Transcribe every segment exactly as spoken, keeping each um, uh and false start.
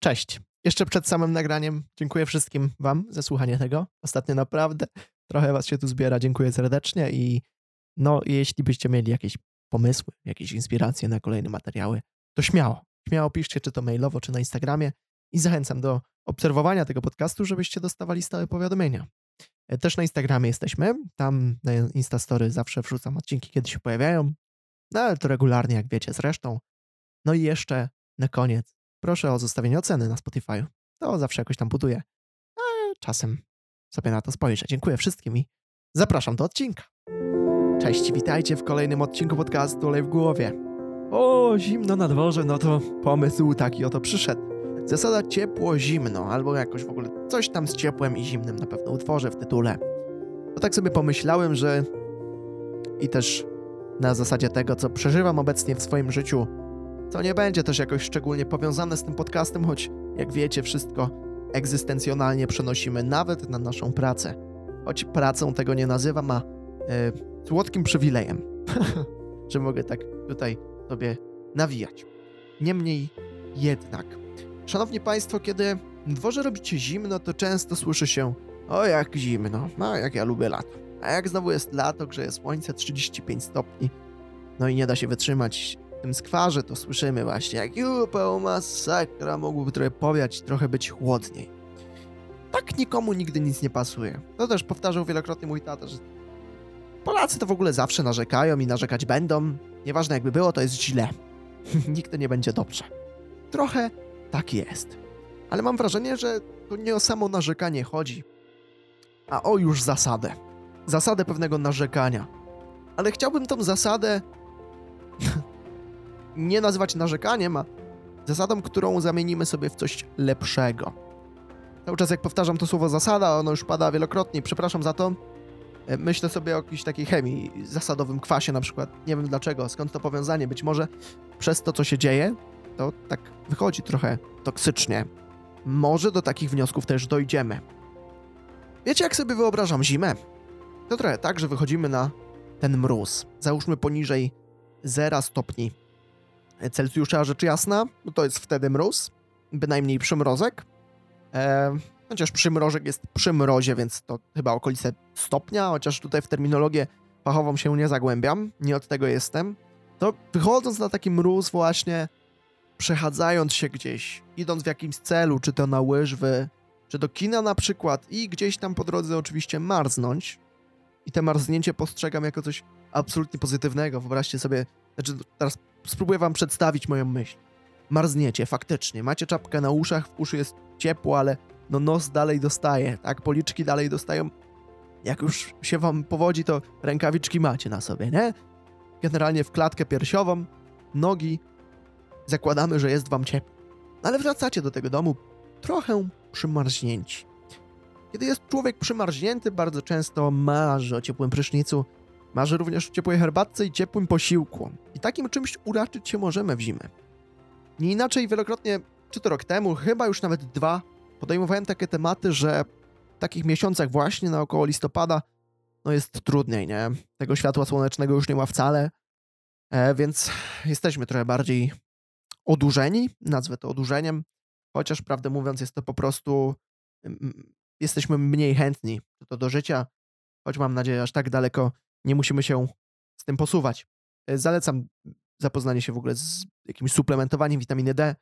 Cześć. Jeszcze przed samym nagraniem dziękuję wszystkim wam za słuchanie tego. Ostatnio naprawdę trochę was się tu zbiera. Dziękuję serdecznie i no, jeśli byście mieli jakieś pomysły, jakieś inspiracje na kolejne materiały, to śmiało. Śmiało piszcie, czy to mailowo, czy na Instagramie i zachęcam do obserwowania tego podcastu, żebyście dostawali stałe powiadomienia. Też na Instagramie jesteśmy. Tam na Instastory zawsze wrzucam odcinki, kiedy się pojawiają. No ale to regularnie, jak wiecie, zresztą. No i jeszcze na koniec proszę o zostawienie oceny na Spotify. To zawsze jakoś tam buduje. A czasem sobie na to spojrzę. Dziękuję wszystkim i zapraszam do odcinka. Cześć, witajcie w kolejnym odcinku podcastu Olej w głowie. O, zimno na dworze, no to pomysł taki oto przyszedł. Zasada ciepło-zimno, albo jakoś w ogóle coś tam z ciepłem i zimnym na pewno utworzę w tytule. To tak sobie pomyślałem, że i też na zasadzie tego, co przeżywam obecnie w swoim życiu, to nie będzie też jakoś szczególnie powiązane z tym podcastem, choć jak wiecie, wszystko egzystencjonalnie przenosimy nawet na naszą pracę. Choć pracą tego nie nazywam, a e, słodkim przywilejem, że mogę tak tutaj sobie nawijać. Niemniej jednak, szanowni państwo, kiedy w dworze robicie zimno, to często słyszy się: o jak zimno, no jak ja lubię lato. A jak znowu jest lato, grzeje słońce trzydzieści pięć stopni, no i nie da się wytrzymać w tym skwarze, to słyszymy właśnie jak jupę masakra, mógłby trochę powiać, trochę być chłodniej. Tak nikomu nigdy nic nie pasuje. To też powtarzał wielokrotnie mój tata, że Polacy to w ogóle zawsze narzekają i narzekać będą. Nieważne jakby było, to jest źle. Nigdy nie będzie dobrze. Trochę tak jest. Ale mam wrażenie, że to nie o samo narzekanie chodzi, a o już zasadę. Zasadę pewnego narzekania. Ale chciałbym tą zasadę nie nazywać narzekaniem, a zasadą, którą zamienimy sobie w coś lepszego. Cały czas jak powtarzam to słowo zasada, ono już pada wielokrotnie, przepraszam za to. Myślę sobie o jakiejś takiej chemii, zasadowym kwasie na przykład. Nie wiem dlaczego, skąd to powiązanie. Być może przez to, co się dzieje, to tak wychodzi trochę toksycznie. Może do takich wniosków też dojdziemy. Wiecie, jak sobie wyobrażam zimę? To trochę tak, że wychodzimy na ten mróz. Załóżmy poniżej zera stopni Celsjusza, rzecz jasna, no to jest wtedy mróz, bynajmniej przymrozek. E, chociaż przymrożek jest przy mrozie, więc to chyba okolice stopnia, chociaż tutaj w terminologię fachową się nie zagłębiam, nie od tego jestem. To wychodząc na taki mróz właśnie, przechadzając się gdzieś, idąc w jakimś celu, czy to na łyżwy, czy do kina na przykład i gdzieś tam po drodze oczywiście marznąć. I te marznięcie postrzegam jako coś absolutnie pozytywnego. Wyobraźcie sobie, znaczy teraz spróbuję wam przedstawić moją myśl. Marzniecie, faktycznie. Macie czapkę na uszach, w uszy jest ciepło, ale no nos dalej dostaje, tak? Policzki dalej dostają. Jak już się wam powodzi, to rękawiczki macie na sobie, nie? Generalnie w klatkę piersiową, nogi, zakładamy, że jest wam ciepło. Ale wracacie do tego domu trochę przymarznięci. Kiedy jest człowiek przymarznięty, bardzo często marzy o ciepłym prysznicu, marzy również o ciepłej herbatce i ciepłym posiłku. I takim czymś uraczyć się możemy w zimę. Nie inaczej wielokrotnie, czy to rok temu, chyba już nawet dwa, podejmowałem takie tematy, że w takich miesiącach właśnie na około listopada no jest trudniej, nie? Tego światła słonecznego już nie ma wcale, e, więc jesteśmy trochę bardziej odurzeni, nazwę to odurzeniem, chociaż prawdę mówiąc jest to po prostu... Mm, jesteśmy mniej chętni to do życia, choć mam nadzieję, aż tak daleko nie musimy się z tym posuwać. Zalecam zapoznanie się w ogóle z jakimś suplementowaniem witaminy D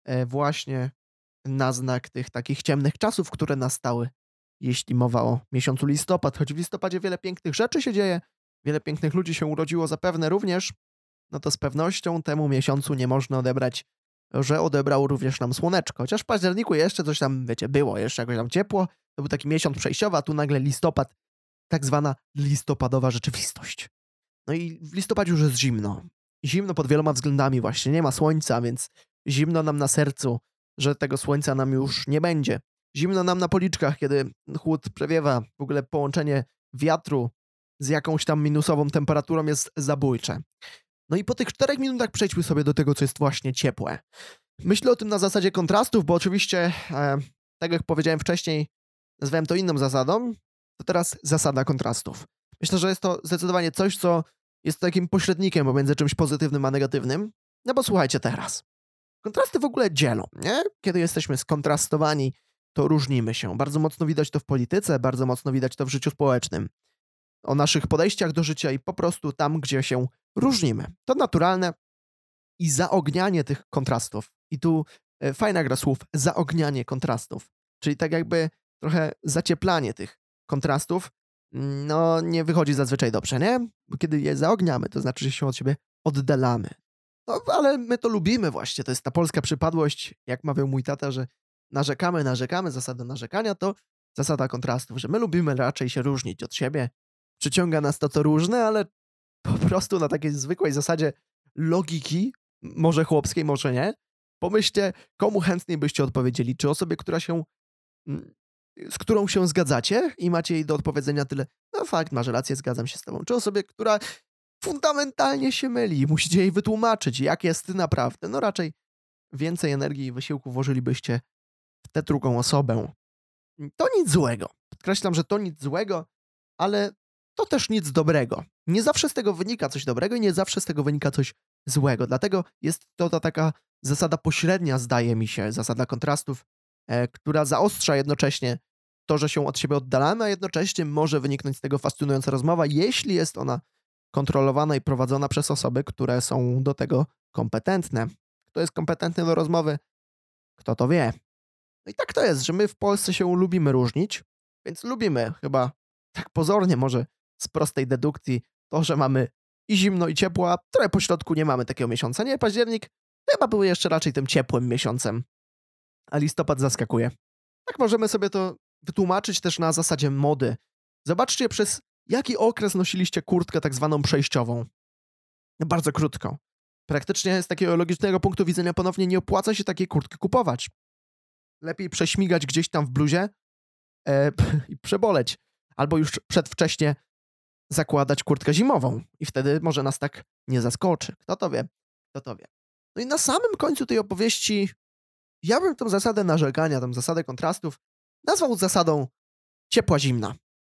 właśnie na znak tych takich ciemnych czasów, które nastały, jeśli mowa o miesiącu listopad. Choć w listopadzie wiele pięknych rzeczy się dzieje, wiele pięknych ludzi się urodziło zapewne również, no to z pewnością temu miesiącu nie można odebrać, że odebrał również nam słoneczko. Chociaż w październiku jeszcze coś tam, wiecie, było, jeszcze jakoś tam ciepło, to był taki miesiąc przejściowy, a tu nagle listopad, tak zwana listopadowa rzeczywistość. No i w listopadzie już jest zimno. Zimno pod wieloma względami właśnie, nie ma słońca, więc zimno nam na sercu, że tego słońca nam już nie będzie. Zimno nam na policzkach, kiedy chłód przewiewa, w ogóle połączenie wiatru z jakąś tam minusową temperaturą jest zabójcze. No i po tych czterech minutach przejdźmy sobie do tego, co jest właśnie ciepłe. Myślę o tym na zasadzie kontrastów, bo oczywiście, e, tak jak powiedziałem wcześniej, nazwałem to inną zasadą, to teraz zasada kontrastów. Myślę, że jest to zdecydowanie coś, co jest takim pośrednikiem pomiędzy czymś pozytywnym a negatywnym. No bo słuchajcie teraz. Kontrasty w ogóle dzielą, nie? Kiedy jesteśmy skontrastowani, to różnimy się. Bardzo mocno widać to w polityce, bardzo mocno widać to w życiu społecznym. O naszych podejściach do życia i po prostu tam, gdzie się różnimy. To naturalne i zaognianie tych kontrastów. I tu e, fajna gra słów, zaognianie kontrastów. Czyli tak jakby trochę zacieplanie tych kontrastów, no nie wychodzi zazwyczaj dobrze, nie? Bo kiedy je zaogniamy, to znaczy, że się od siebie oddalamy. No, ale my to lubimy właśnie, to jest ta polska przypadłość, jak mawiał mój tata, że narzekamy, narzekamy, zasada narzekania to zasada kontrastów, że my lubimy raczej się różnić od siebie. Przyciąga nas to, co różne, ale po prostu na takiej zwykłej zasadzie logiki, może chłopskiej, może nie, pomyślcie, komu chętniej byście odpowiedzieli, czy osobie, która się, z którą się zgadzacie i macie jej do odpowiedzenia tyle, no fakt, masz rację, zgadzam się z tobą, czy osobie, która fundamentalnie się myli i musicie jej wytłumaczyć, jak jest naprawdę. No raczej więcej energii i wysiłku włożylibyście w tę drugą osobę. To nic złego. Podkreślam, że to nic złego, ale to też nic dobrego. Nie zawsze z tego wynika coś dobrego i nie zawsze z tego wynika coś złego. Dlatego jest to ta taka zasada pośrednia, zdaje mi się, zasada kontrastów, e, która zaostrza jednocześnie to, że się od siebie oddalamy, a jednocześnie może wyniknąć z tego fascynująca rozmowa, jeśli jest ona kontrolowana i prowadzona przez osoby, które są do tego kompetentne. Kto jest kompetentny do rozmowy, kto to wie. No i tak to jest, że my w Polsce się lubimy różnić, więc lubimy chyba tak pozornie może z prostej dedukcji to, że mamy i zimno i ciepło, a trochę po środku nie mamy takiego miesiąca. Nie, październik chyba był jeszcze raczej tym ciepłym miesiącem, a listopad zaskakuje. Tak możemy sobie to wytłumaczyć też na zasadzie mody. Zobaczcie, przez jaki okres nosiliście kurtkę tak zwaną przejściową. No bardzo krótką. Praktycznie z takiego logicznego punktu widzenia ponownie nie opłaca się takiej kurtki kupować. Lepiej prześmigać gdzieś tam w bluzie e, i przeboleć. Albo już przedwcześnie zakładać kurtkę zimową i wtedy może nas tak nie zaskoczy. Kto to wie? Kto to wie? No i na samym końcu tej opowieści ja bym tą zasadę narzekania, tą zasadę kontrastów nazwał zasadą ciepła-zimna.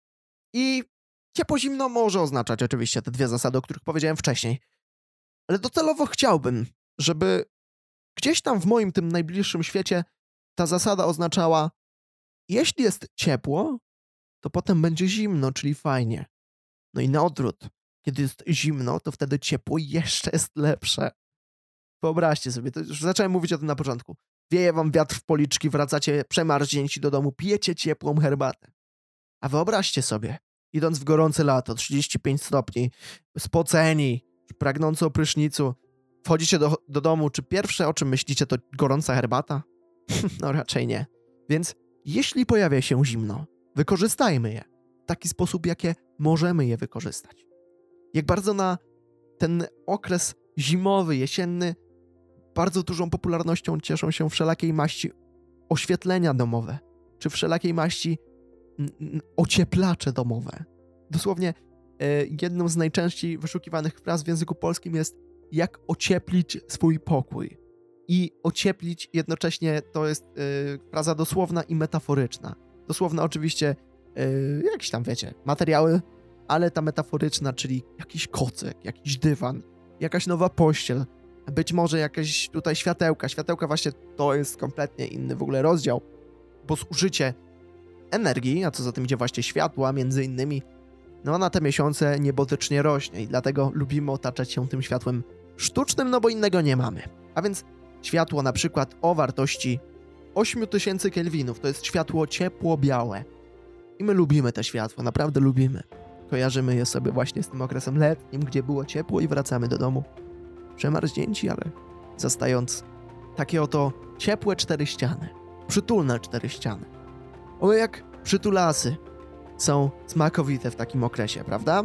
I ciepło-zimno może oznaczać oczywiście te dwie zasady, o których powiedziałem wcześniej. Ale docelowo chciałbym, żeby gdzieś tam w moim tym najbliższym świecie ta zasada oznaczała, jeśli jest ciepło, to potem będzie zimno, czyli fajnie. No i na odwrót, kiedy jest zimno, to wtedy ciepło jeszcze jest lepsze. Wyobraźcie sobie, to już zacząłem mówić o tym na początku. Wieje wam wiatr w policzki, wracacie przemarznięci do domu, pijecie ciepłą herbatę. A wyobraźcie sobie, idąc w gorące lato, trzydzieści pięć stopni, spoceni, pragnący o prysznicu, wchodzicie do, do domu, czy pierwsze o czym myślicie to gorąca herbata? No raczej nie. Więc jeśli pojawia się zimno, wykorzystajmy je w taki sposób, jakie możemy je wykorzystać. Jak bardzo na ten okres zimowy, jesienny bardzo dużą popularnością cieszą się wszelakiej maści oświetlenia domowe, czy wszelakiej maści n- n- ocieplacze domowe. Dosłownie e, jedną z najczęściej wyszukiwanych fraz w języku polskim jest jak ocieplić swój pokój. I ocieplić jednocześnie to jest e, fraza dosłowna i metaforyczna. Dosłowna oczywiście e, jakieś tam, wiecie, materiały, ale ta metaforyczna, czyli jakiś kocyk, jakiś dywan, jakaś nowa pościel, być może jakieś tutaj światełka. Światełka właśnie to jest kompletnie inny w ogóle rozdział, bo zużycie energii, a co za tym idzie właśnie światła między innymi, no na te miesiące niebotycznie rośnie i dlatego lubimy otaczać się tym światłem sztucznym, no bo innego nie mamy. A więc światło na przykład o wartości osiem tysięcy kelwinów, to jest światło ciepło-białe. I my lubimy te światło, naprawdę lubimy. Kojarzymy je sobie właśnie z tym okresem letnim, gdzie było ciepło i wracamy do domu przemarznięci, ale zastając takie oto ciepłe cztery ściany, przytulne cztery ściany. O, jak przytulasy są smakowite w takim okresie, prawda?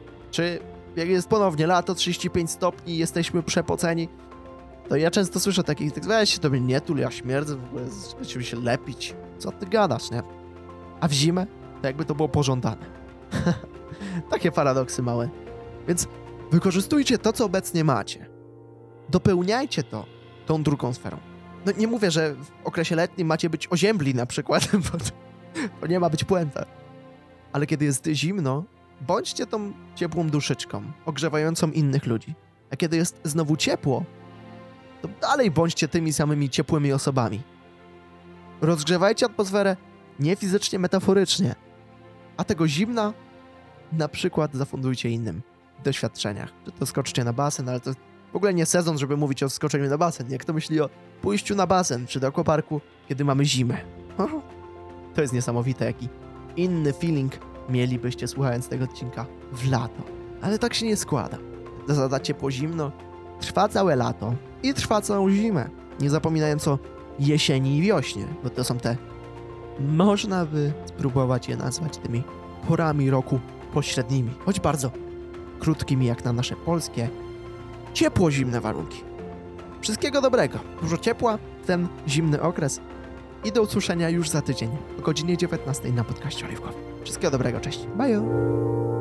Czy jak jest ponownie lato, trzydzieści pięć stopni, jesteśmy przepoceni, to ja często słyszę takich, tak weź się tobie nie tul, ja śmierdzę, w ogóle będziemy się lepić. Co ty gadasz, nie? A w zimę, to jakby to było pożądane. Takie paradoksy małe. Więc wykorzystujcie to, co obecnie macie. Dopełniajcie to tą drugą sferą. No nie mówię, że w okresie letnim macie być oziębli na przykład, bo to, to nie ma być puenta. Ale kiedy jest zimno, bądźcie tą ciepłą duszyczką, ogrzewającą innych ludzi. A kiedy jest znowu ciepło, to dalej bądźcie tymi samymi ciepłymi osobami. Rozgrzewajcie atmosferę nie fizycznie, metaforycznie, a tego zimna na przykład zafundujcie innym w doświadczeniach. Czy to skoczcie na basen, ale to w ogóle nie sezon, żeby mówić o skoczeniu na basen. Jak kto myśli o pójściu na basen czy do aquaparku, kiedy mamy zimę. To jest niesamowite, jaki inny feeling mielibyście słuchając tego odcinka w lato. Ale tak się nie składa. Zasada ciepło-zimno trwa całe lato i trwa całą zimę. Nie zapominając o jesieni i wiośnie, bo to są te, można by spróbować je nazwać tymi porami roku pośrednimi, choć bardzo krótkimi jak na nasze polskie, ciepło-zimne warunki. Wszystkiego dobrego, dużo ciepła w ten zimny okres i do usłyszenia już za tydzień o godzinie dziewiętnastej na podcaście Oliwkowym. Wszystkiego dobrego, cześć, bye!